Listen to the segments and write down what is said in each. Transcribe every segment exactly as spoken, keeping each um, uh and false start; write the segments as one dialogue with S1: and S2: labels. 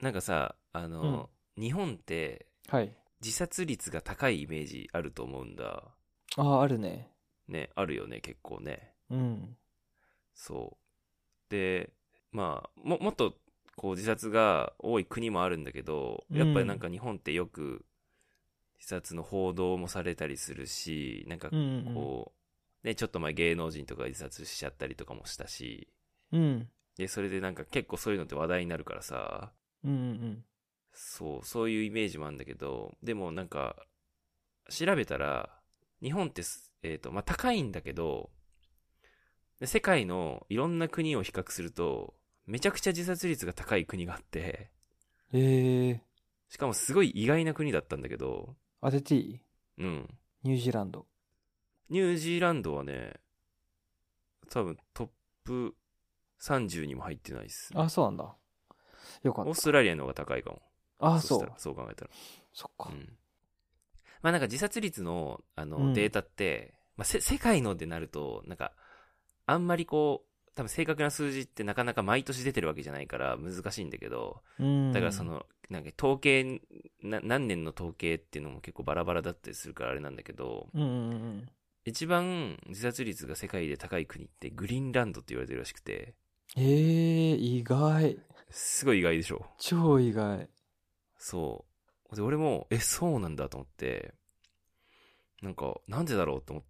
S1: なんかさ、あの、うん、日本って、
S2: はい。
S1: 自殺率が高いイメージあると思うんだ。
S2: ああ、あるね。
S1: ね、あるよね、結構ね。
S2: うん。
S1: そう。で、まあ、も、もっと、こう、自殺が多い国もあるんだけど、
S2: う
S1: やっぱりなん
S2: ん。
S1: か日本ってよく、自殺の報道もされたりするし、なんか、
S2: うんうん
S1: こう、ね、ちょっと前芸能人とかが自殺しちゃったりとかもしたし、
S2: うん。うん。
S1: で、それでなんか結構そういうのって話題になるからさ、
S2: うんうん
S1: そう、そういうイメージもあるんだけど、でもなんか、調べたら、日本ってす、えっと、まあ、高いんだけど、で世界のいろんな国を比較すると、めちゃくちゃ自殺率が高い国があって、
S2: うん。ええー。
S1: しかもすごい意外な国だったんだけど、
S2: 当てていい？
S1: うん。
S2: ニュージーランド。
S1: ニュージーランドはね、多分トップさんじゅうにも入ってないっす
S2: あ、
S1: ね。
S2: そうなんだ。よかっ
S1: オースト
S2: た。
S1: ラリアの方が高いかも。
S2: あ、
S1: そしたら、
S2: そう。
S1: そう考えたら。
S2: そっか。
S1: うん。まあなんか自殺率の、あの、デー
S2: うん。
S1: タって、まあせ、世界のでなると、なんか、あんまりこう、多分正確な数字ってなかなか毎年出てるわけじゃないから難しいんだけど、
S2: うん。
S1: だからその、なんか統計、な何年の統計っていうのも結構バラバラだったりするからあれなんだけど、
S2: うんうん
S1: 一番自殺率が世界で高い国ってグリーンランドって言われてるらしくて、
S2: うん。ええー、意外。
S1: すごい意外でしょ。
S2: 超意外。
S1: そう。で、俺も、え、そうなんだと思って、なんか、なんでだろうと思って、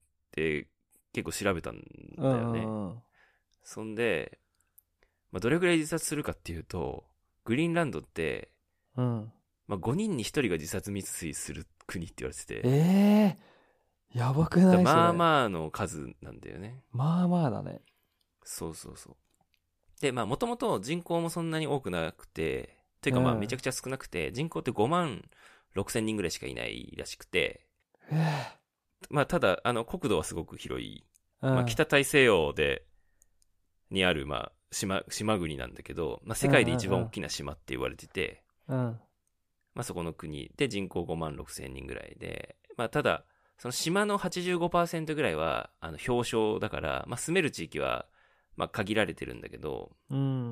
S1: 結構調べたん
S2: う
S1: だよね。
S2: んうん
S1: そんで、まあ、どれぐらい自殺するかっていうと、グリーンランドって、
S2: うん。うん。
S1: まあ、ごにんにひとりが自殺未遂する国って言われてて、
S2: ええー、やばく
S1: だ
S2: ないそれ？
S1: まあまあの数なんだよね。
S2: まあまあだね。
S1: そうそうそう。で、まあもともと人口もそんなに多くなくて、というかまあめちゃ
S2: うん。
S1: くちゃ少なくて、人口ってごまんろくせんにんぐらいしかいないらしくて、
S2: え
S1: まあただ、あの国土はすごく広い、
S2: えー。うん。
S1: まあ北大西洋で、にあるまあ島、島国なんだけど、まあ世
S2: うん
S1: 界で一番
S2: うん
S1: 大きな島って言われてて、
S2: うん。うん。
S1: まあそこの国で人口ごまんろくせんにんぐらいで、まあただ、その島のはちじゅうごパーセントぐらいは、あの、氷床だから、まあ住める地域は、まあ限られてるんだけど、
S2: うん。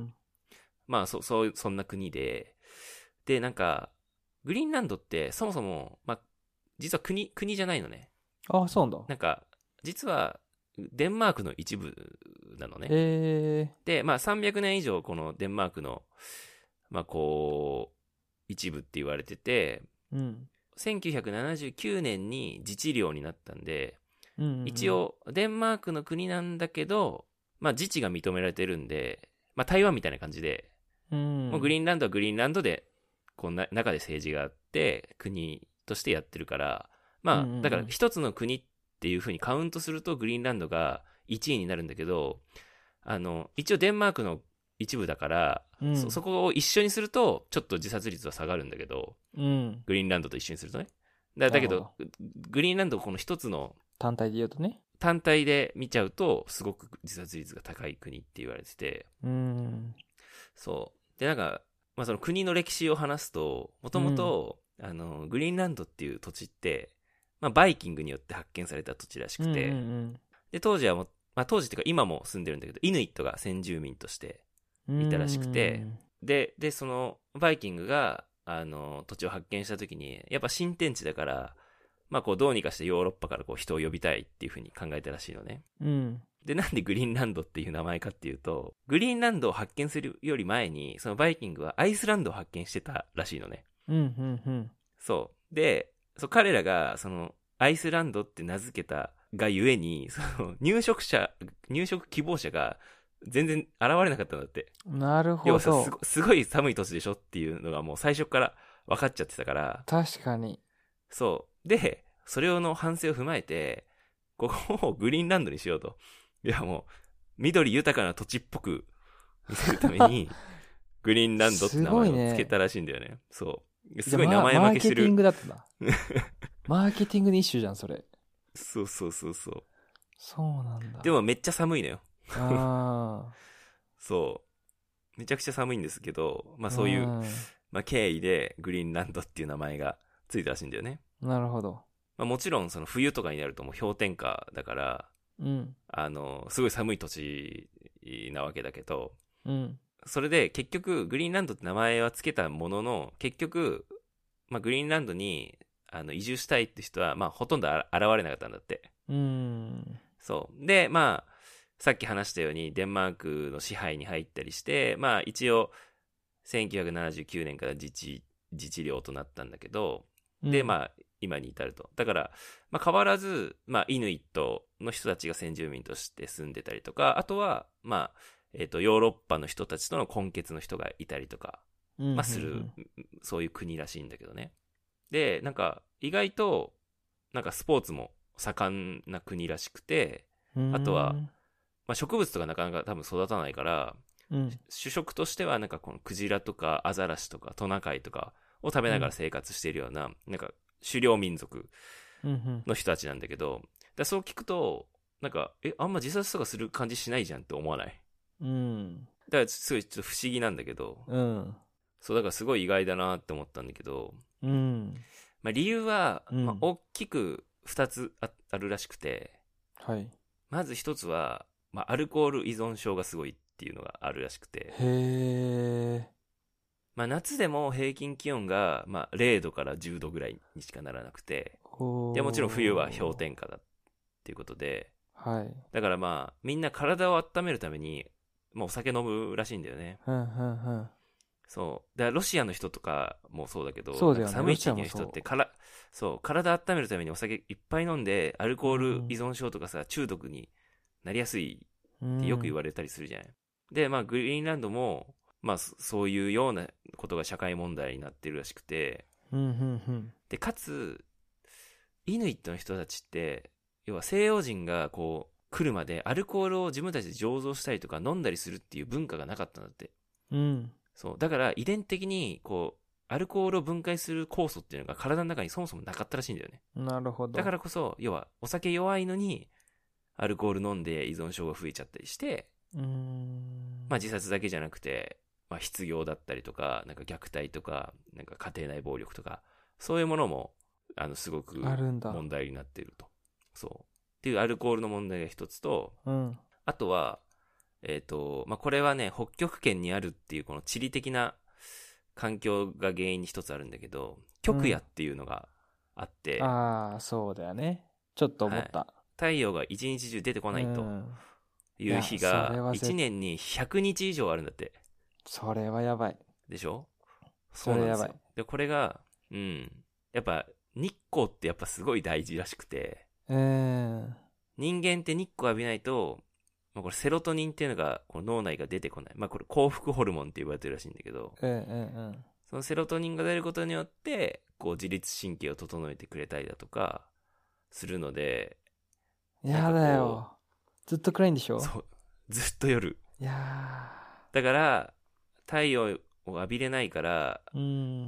S1: まあそ、そう、そんな国で、で、なんか、グリーンランドってそもそも、まあ、実は国、国じゃないのね。
S2: あ、そうなんだ。
S1: なんか、実は、デンマークの一部なのね。
S2: ええ
S1: で、まあさんびゃくねん以上このデンマークの、まあこう、一部って言われてて、
S2: ー。うん。
S1: せんきゅうひゃくななじゅうきゅうねんに自治領になったんで、
S2: うんうん
S1: 一応デンマークの国なんだけど、まあ自治が認められてるんで、まあ台湾みたいな感じで、
S2: うん。う
S1: もうグリ
S2: ん。
S1: ーンランドはグリーンランドで、こうな中で政治があって、国としてやってるから、
S2: うんう
S1: まあ、だから
S2: ん
S1: 一つの国っていう風にカウントするとグリーンランドがいちいになるんだけど、あの、一応デンマークの一部だから、そ、
S2: うん。
S1: そこを一緒にすると、ちょっと自殺率は下がるんだけど、
S2: うん。
S1: グリーンランドと一緒にするとね。だだけど、
S2: なるほど。
S1: グリーンランドをこの一つの
S2: 単体で言うとね。
S1: 単体で見ちゃうと、すごく自殺率が高い国って言われてて、
S2: うん。
S1: そう。で、なんか、まあその国の歴史を話すと、もとも
S2: うん。
S1: と、あの、グリーンランドっていう土地って、まあバイキングによって発見された土地らし
S2: うんう
S1: くて、
S2: ん
S1: で、当時はもう、まあ当時っていうか今も住んでるんだけど、イヌイットが先住民として
S2: うん。う
S1: いたらしくて、
S2: ん。
S1: で、で、そのバイキングが、あの、土地を発見した時に、やっぱ新天地だから、まあこうどうにかしてヨーロッパからこう人を呼びたいっていう風に考えたらしいのね。
S2: うん。
S1: で、なんでグリーンランドっていう名前かっていうと、グリーンランドを発見するより前に、そのバイキングはアイスランドを発見してたらしいのね。
S2: うん。うん。
S1: そう。で、そう彼らが、その、アイスランドって名付けたがゆえに、その、入植者、入植希望者が全然現れなかったんだって。
S2: なる
S1: 要はさ、す
S2: ほど。
S1: ごすごい寒い土地でしょっていうのがもう最初から分かっちゃってたから、
S2: 確かに。
S1: そう。で、それをの反省を踏まえて、ここをグリーンランドにしようと。いやもう、緑豊かな土地っぽく見せるために、グリーンランドって
S2: す
S1: 名前を付け
S2: ごいね。
S1: たらしいんだよね。そう。
S2: じゃあ、マー、
S1: すごい名前
S2: マーケティン
S1: 負けしてる。
S2: グだったな。マーケティングの一種じゃん、それ。
S1: そうそうそうそう。
S2: そうなんだ。
S1: でもめっちゃ寒いのよ。
S2: あ
S1: そう。めちゃくちゃ寒いんですけど、まあ
S2: あ。う
S1: そういう、
S2: ん。
S1: まあ経緯でグリーンランドっていう名前がついたらしいんだよね。
S2: なるほど。
S1: まあもちろんその冬とかになるともう氷点下だから、
S2: うん。
S1: あの、すごい寒い土地なわけだけど、
S2: うん。
S1: それで結局グリーンランドって名前は付けたものの、結局、まあ、グリーンランドにあの移住したいって人は、まあ、ほとんどあ現れなかったんだって。
S2: うん。
S1: そうで、まあさっき話したようにデンマークの支配に入ったりして、まあ一応せんきゅうひゃくななじゅうきゅうねんから自治自治領となったんだけど、でまあ今に至ると。だから、まあ、変わらず、まあ、イヌイットの人たちが先住民として住んでたりとか、あとは、まあ、えっと、ヨーロッパの人たちとの混血の人がいたりとか、
S2: うん
S1: まあ、する、そういう国らしいんだけどね。で、なんか、意外と、なんかスポーツも盛んな国らしくて、あとは、まあ、植物とかなかなか多分育たないから、
S2: うん、
S1: 主食としては、なんかこのクジラとかアザラシとかトナカイとかを食べながら生活しているような、うん、なんか、狩猟民族の人たちなんだけど、だそう聞くと、なんか、え、あんま自殺とかする感じしないじゃんって思わない？
S2: うん。
S1: だからすごいちょっと不思議なんだけど、
S2: うん。
S1: そう、だからすごい意外だなって思ったんだけど、
S2: うん。
S1: まあ理由は、
S2: うん、
S1: まあ大きく二つ あ, あるらしくて、
S2: はい。
S1: まず一つは、まあアルコール依存症がすごいっていうのがあるらしくて、
S2: へー。
S1: まあ夏でも平均気温が、まあれいどからじゅうどぐらいにしかならなくて、でもちろん冬は氷点下だっていうことで、
S2: はい。
S1: だからまあみんな体を温めるために、まあお酒飲むらしいんだよね。
S2: ふんふんふん。
S1: そう。だからロシアの人とかもそうだけど、
S2: そうだよね、
S1: 寒い地域の人ってからそう体温めるためにお酒いっぱい飲んでアルコール依存症とかさ、うん、中毒になりやすいってよく言われたりするじゃない、うん、でまあグリーンランドもまあそういうようなことが社会問題になってるらしくて、
S2: うんうんうん、
S1: でかつイヌイットの人たちって要は西洋人がこう来るまでアルコールを自分たちで醸造したりとか飲んだりするっていう文化がなかったんだって。
S2: うん。
S1: そう。だから遺伝的にこうアルコールを分解する酵素っていうのが体の中にそもそもなかったらしいんだよね。
S2: なるほど。
S1: だからこそ要はお酒弱いのにアルコール飲んで依存症が増えちゃったりして、
S2: うーん、
S1: まあ自殺だけじゃなくて、まあ失業だったりとか、なんか虐待とか、なんか家庭内暴力とか、そういうものもあのすごく問題になっていると。そう。っていうアルコールの問題が一つと、
S2: うん、
S1: あとは、えっと、まあ、これはね、北極圏にあるっていうこの地理的な環境が原因に一つあるんだけど、極夜っていうのがあって、
S2: うん、ああ、そうだよね。ちょっと思った。はい、
S1: 太陽が一日中出てこないという日が一年にひゃくにち以上あるんだって。
S2: それはやばい。
S1: でしょ？そうなんですよ。で、これが、うん。やっぱ日光ってやっぱすごい大事らしくて、
S2: えー、
S1: 人間って日光浴びないと、まあ、これセロトニンっていうのがこの脳内が出てこない。まあこれ幸福ホルモンって言われてるらしいんだけど、
S2: えーえー、
S1: そのセロトニンが出ることによって、こう自律神経を整えてくれたりだとかするので、
S2: やだよ。ずっと暗いんでしょ？
S1: そう。ずっと夜。
S2: いや
S1: だから、太陽を浴びれないから、
S2: うん、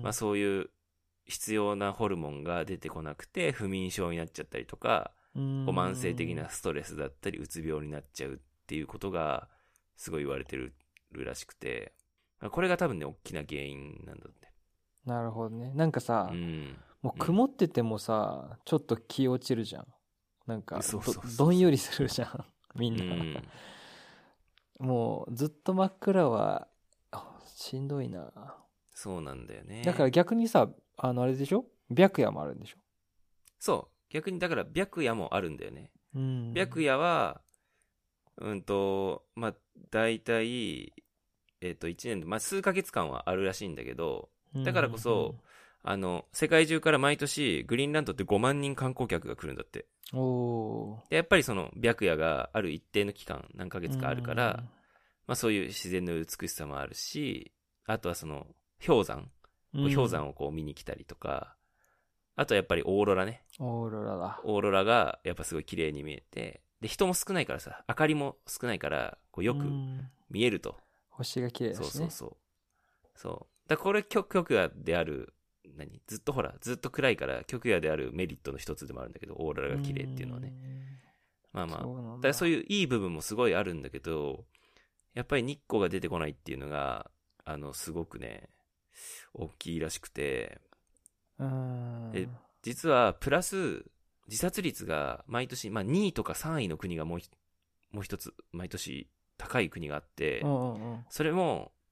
S1: まあそういう必要なホルモンが出てこなくて不眠症になっちゃったりとか、慢性的なストレスだったりうつ病になっちゃうっていうことがすごい言われてるらしくて、これが多分ね大きな原因なんだって。
S2: なるほどね。なんかさ、
S1: うん、
S2: もう曇っててもさ、うん、ちょっと気落ちるじゃん。なんか
S1: そうそうそうそう、
S2: どんよりするじゃんみんな、うん、もうずっと真っ暗はしんどいな。
S1: そうなんだよね。
S2: だから逆にさ、あのあれでしょ、白夜もあるんでしょ。
S1: そう逆にだから白夜もあるんだよね、
S2: うん、
S1: 白夜はうんとまあ大体えっといちねんで、まあ、数ヶ月間はあるらしいんだけど、だからこそ、うんうんうん、あの世界中から毎年グリーンランドってごまんにん観光客が来るんだって。
S2: お
S1: でやっぱりその白夜がある一定の期間何ヶ月かあるから、うんまあ、そういう自然の美しさもあるし、あとはその氷山、うん、氷山をこう見に来たりとか、あとやっぱりオーロラね。
S2: オーロラだ。
S1: オーロラがやっぱすごい綺麗に見えて、で人も少ないからさ、明かりも少ないからこうよく見えると。
S2: 星が綺麗だしね。
S1: そうそうそう。そう。だからこれ極極夜である、何ずっとほら、ずっと暗いから極夜であるメリットの一つでもあるんだけど、オーロラが綺麗っていうのはね。まあまあ。そうだからそういういい部分もすごいあるんだけど、やっぱり日光が出てこないっていうのが、あの、すごくね、大きいらしくて、
S2: うん
S1: で実はプラス自殺率が毎年、まあ、にいとかさんいの国がもうもう一つ毎年高い国があって、
S2: うんうんうん、
S1: それも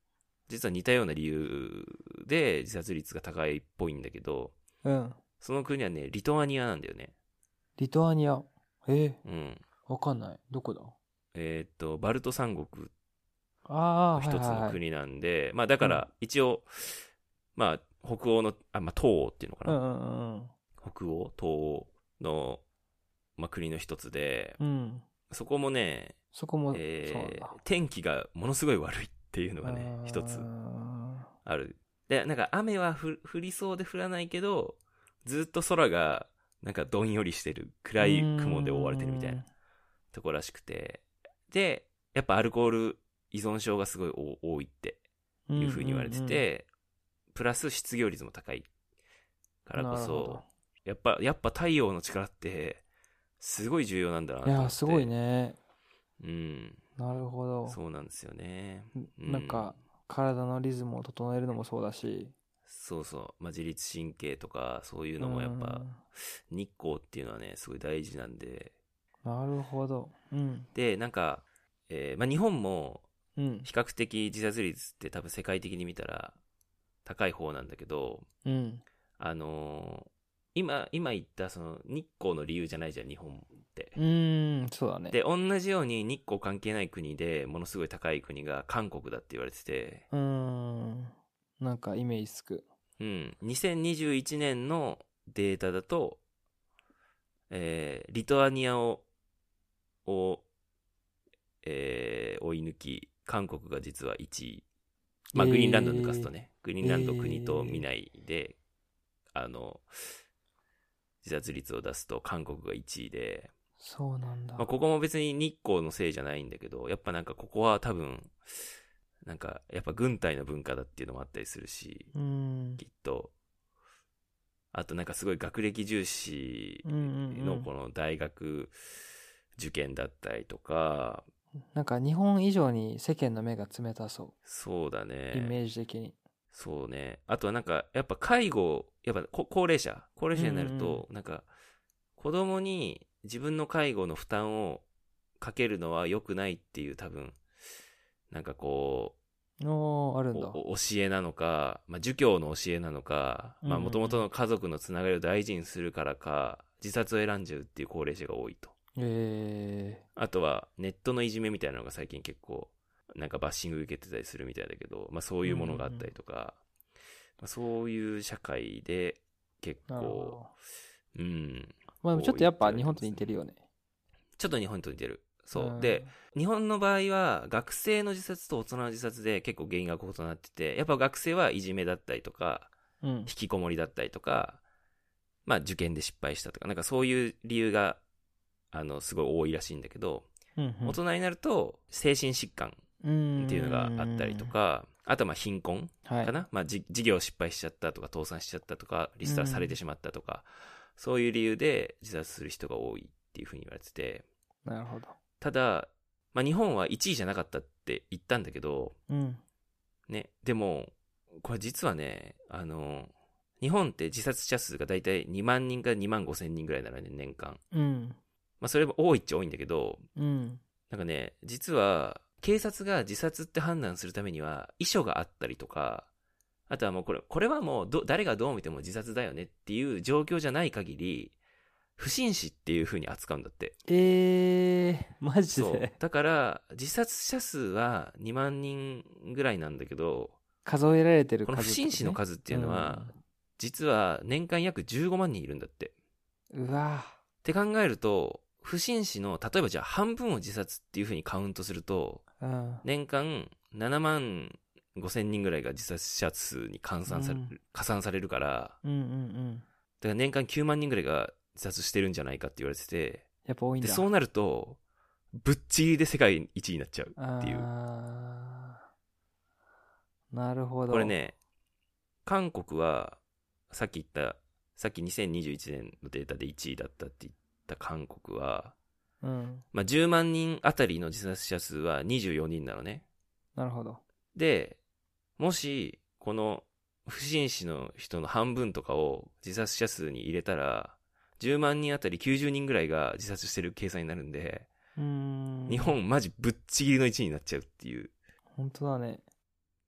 S1: 実は似たような理由で自殺率が高いっぽいんだけど、
S2: うん。
S1: その国はね、リトアニアなんだよね。
S2: リトアニア。え
S1: うん。
S2: ー、わかんない。どこだ？
S1: えーっと、バルト三国
S2: ああー、はい
S1: の一つ
S2: はいはい。
S1: の国なんで、まあだか
S2: うん。
S1: ら一応、まあ北欧の、あ、まあ東欧っていうのかな。
S2: うんうんうん
S1: 北欧、東欧の、まあ、国の一つで、
S2: うん。うん。
S1: そこもね、
S2: そこも、そうなんだ。
S1: えー天気がものすごい悪いっていうの
S2: うー
S1: がね、一つ
S2: ん。
S1: ある。で、なんか雨は降降りそうで降らないけど、ずっと空がなんかどんよりしてる、
S2: うー
S1: 暗い雲で覆われてるみたいな
S2: ん。
S1: ところらしくて。で、やっぱアルコール依存症がすごいお多いって
S2: うん
S1: いう風に言われて
S2: うん
S1: て、プラス失業率も高いか
S2: うん。
S1: らこ
S2: なるほど。
S1: そ、やっぱ、やっぱ太陽の力ってすごい重要なんだなと
S2: いやー、
S1: 思って。
S2: すごいね。
S1: うん。
S2: なるほど。
S1: そうなんですよね。うん。
S2: なんか、体のリズムを整えるのもそうだし。
S1: そうそう。まあ、自律神経とか、そういう
S2: うー
S1: のもやっぱ、
S2: ん。
S1: 日光っていうのはね、すごい大事なんで。
S2: なるほど。うん。
S1: で、なんか、えーまあ、日本も、
S2: うん。
S1: 比較的自殺率って多分世界的に見たら、高い方なんだけど、
S2: うん。
S1: あのー今、今言ったその日光の理由じゃないじゃん、日本って。
S2: うーん、そうだね。
S1: で、同じように日光関係ない国でものすごい高い国が韓国だって言われてて、
S2: うーん。なんかイメージつく。
S1: うん、にせんにじゅういちねんのデータだと、えーリトアニアを、を、えー追い抜き、韓国が実はいちい。まあ、グリーンランド抜かすとね、グリーンランド国と見ないで、あの、自殺率を出すと韓国がいちいで、
S2: そうなんだ。
S1: まあ、ここも別に日光のせいじゃないんだけど、やっぱなんかここは多分、なんかやっぱ軍隊の文化だっていうのもあったりするし、
S2: うーん。
S1: きっと、あとなんかすごい学歴重視
S2: うんうんうん。
S1: のこの大学受験だったりとか、
S2: なんか日本以上に世間の目が冷たそ
S1: そうだ
S2: う。イ
S1: ね。
S2: メージ的に。
S1: そうね。あとはなんか、やっぱ介護、やっぱこ高齢者、高齢者になる
S2: うんうん
S1: と、なんか、子供に自分の介護の負担をかけるのは良くないっていう多分、なんかこ
S2: おー、ある
S1: う、
S2: んだ。
S1: お教えなのか、まあ、儒教の教えなのか、まあ、
S2: うんうんうん
S1: 元々の家族のつながりを大事にするからか、自殺を選んじゃうっていう高齢者が多いと。
S2: え
S1: あとは、ネットのいじめみたいなのが最近結構、なんかバッシング受けてたりするみたいだけど、まあそういうものがあったりとか、まあ、そういう社会で結
S2: ー、なるほ
S1: 構、
S2: ど。
S1: うん。
S2: まあでもちょっとやっぱ
S1: 多いって言われてますね
S2: 日本と似てるよね。
S1: ちょっと日本と似てる。そう。
S2: ん
S1: で、日本の場合は、学生の自殺と大人の自殺で結構原因が異なってて、やっぱ学生はいじめだったりとか、
S2: うん
S1: 引。きこもりだったりとか、まあ受験で失敗したとか、なんかそういう理由が、あの、すごい多いらしいんだけど、
S2: うん
S1: 大人になると、精神疾患
S2: うん。
S1: っていうのがあったりとか、あとはまあ貧困
S2: はい。
S1: かな、まあじ事業失敗しちゃったとか、倒産しちゃったとか、リストラされてしまったとか、そういう理由で自殺する人が多いっていうふうに言われてて、
S2: なるほど。
S1: ただ、まあ、日本はいちいじゃなかったって言ったんだけど、
S2: うん。
S1: ね、でも、これ実はね、あの、日本って自殺者数がだいたいにまんにんからにまんごせんにんぐらいなのね、年間。
S2: うん。
S1: まあ、それも多いっちゃ多いんだけど、
S2: うん。
S1: なんかね、実は、警察が自殺って判断するためには、遺書があったりとか、あとはもうこれ、これはもうど、誰がどう見ても自殺だよねっていう状況じゃない限り、不審死っていう風に扱うんだって。
S2: えー、マジ
S1: そう
S2: で。
S1: だから自殺者数はにまんにんぐらいなんだけど、
S2: 数えられてる
S1: この不審死の数っていうのは、実は年間約じゅうごまんにんいるんだって。
S2: うんうわ
S1: って考えると、不審死の例えばじゃあ半分を自殺っていう風にカウントすると、
S2: うん
S1: 年間ななまんごせんにんぐらいが自殺者数に換算され、
S2: うん
S1: 加算されるから、
S2: うんうんうん。
S1: だから年間きゅうまんにんぐらいが自殺してるんじゃないかって言われてて、
S2: やっぱ多いんだ。
S1: で、そうなると、ぶっちぎりで世界一になっちゃうっていう。
S2: あーなるほど。
S1: これね、韓国は、さっき言った、さっきにせんにじゅういちねんのデータでいちいだったって言った韓国は、
S2: うん。
S1: まあ、じゅうまんにんあたりの自殺者数はにじゅうよにんなのね。
S2: なるほど。
S1: で、もし、この不審死の人の半分とかを自殺者数に入れたら、じゅうまんにんあたりきゅうじゅうにんぐらいが自殺してる計算になるんで、
S2: うーん。
S1: 日本マジぶっちぎりのいちいになっちゃうっていう。
S2: 本当だね。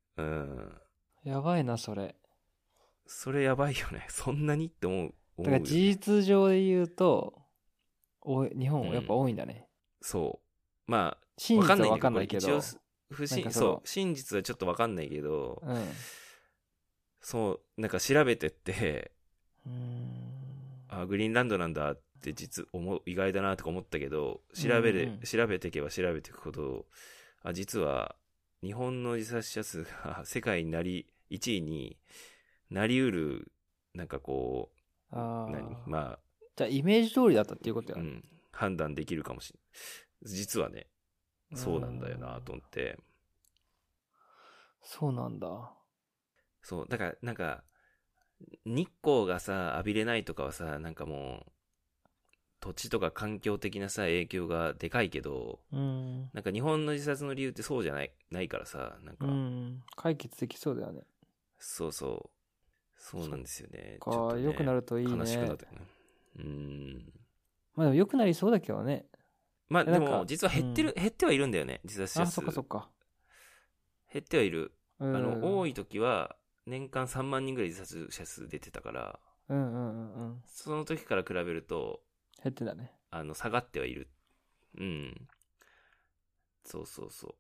S1: うん。
S2: やばいな、それ。
S1: それやばいよね。そんなにって思う。
S2: だから事実上で言うと、お日本やっぱ多いんだね。
S1: うん、そう。まあ、
S2: 真実は分かんないけど。
S1: 一応不信、そう、真実はちょっと分かんないけど、
S2: うん、
S1: そう、なんか調べてって、
S2: うーん
S1: あ、グリーンランドなんだって実思う、意外だなとか思ったけど、調べれ、
S2: うんうん、
S1: 調べていけば調べていくほど、あ、実は日本の自殺者数が世界になり、いちいになりうる、なんかこう、
S2: あ
S1: 何まあ、
S2: じゃあイメージ通りだったっていうことや、
S1: うん、判断できるかもしれない。実はね、そうなんだよなと思って。
S2: そうなんだ。
S1: そう、だからなんか、日光がさ、浴びれないとかはさ、なんかもう、土地とか環境的なさ、影響がでかいけど、
S2: うん。
S1: なんか日本の自殺の理由ってそうじゃない、ないからさ、なんか、
S2: うん。解決できそうだよね。
S1: そうそう、そうなんですよね。
S2: か
S1: ちょっとね、
S2: 良くなるといいね。
S1: 悲しくなってくる。うーん。
S2: まあでも良くなりそうだけどね。
S1: まあでも、
S2: なんか
S1: 実は減ってる、
S2: うん
S1: 減ってはいるんだよね、自殺者
S2: あ、
S1: 数。
S2: そっかそっか。
S1: 減ってはいる。
S2: う
S1: あの、多
S2: ん。
S1: い時は、年間さんまん人ぐらい自殺者数出てたから、
S2: うんうんうんうん。
S1: その時から比べると、
S2: 減ってたね。
S1: あの、下がってはいる。うん。そうそうそう。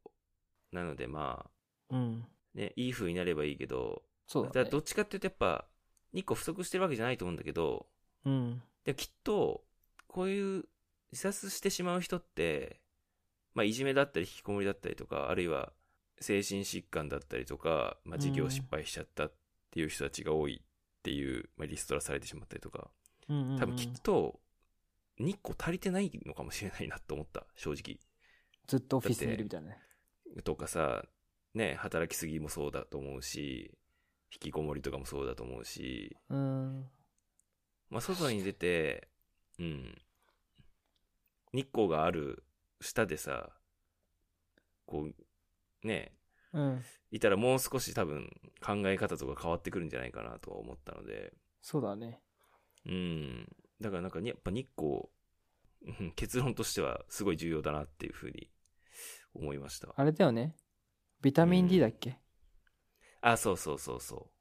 S1: なのでまあ、
S2: うん。
S1: ね、いい風になればいいけど、
S2: そうだね。
S1: だからどっちかっていうとやっぱ、日光不足してるわけじゃないと思うんだけど、
S2: うん。
S1: でもきっと、こういう自殺してしまう人って、まあ、いじめだったり引きこもりだったりとか、あるいは精神疾患だったりとか、まあ、授業失敗しちゃったっていう人たちが多いっていう、まあ、リストラされてしまったりとか、
S2: うんうんうん、
S1: 多分きっと、日光足りてないのかもしれないなと思った、正直。
S2: ずっとオフィスにいるみたいなね。
S1: とかさ、ね、働きすぎもそうだと思うし、引きこもりとかもそうだと思うし、
S2: うん。
S1: まあ、外に出て、うん、日光がある下でさ、こう、ね、
S2: うん。
S1: いたらもう少し多分考え方とか変わってくるんじゃないかなとは思ったので、
S2: そうだね。
S1: うん、だからなんかやっぱ日光、うん、結論としてはすごい重要だなっていうふうに思いました。
S2: あれだよね。ビタミン D だっけ、
S1: あ、そうそうそうそう。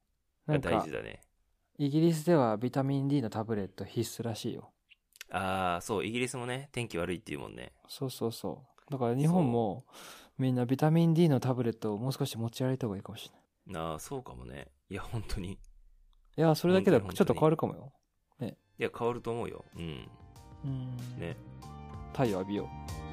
S2: なんか
S1: 大事だね。
S2: イギリスではビタミン D のタブレット必須らしいよ。
S1: ああ、そう、イギリスもね、天気悪いっていうもんね。
S2: そうそうそう。だから日本もみんなビタミン D のタブレットをもう少し持ち歩いた方がいいかもしれない。
S1: なあ、そうかもね。いや、本当に。
S2: いや、それだけでちょっと変わるかもよ。
S1: ね。いや、変わると思うよ。うん。
S2: うん。
S1: ね。
S2: 太陽浴びよう。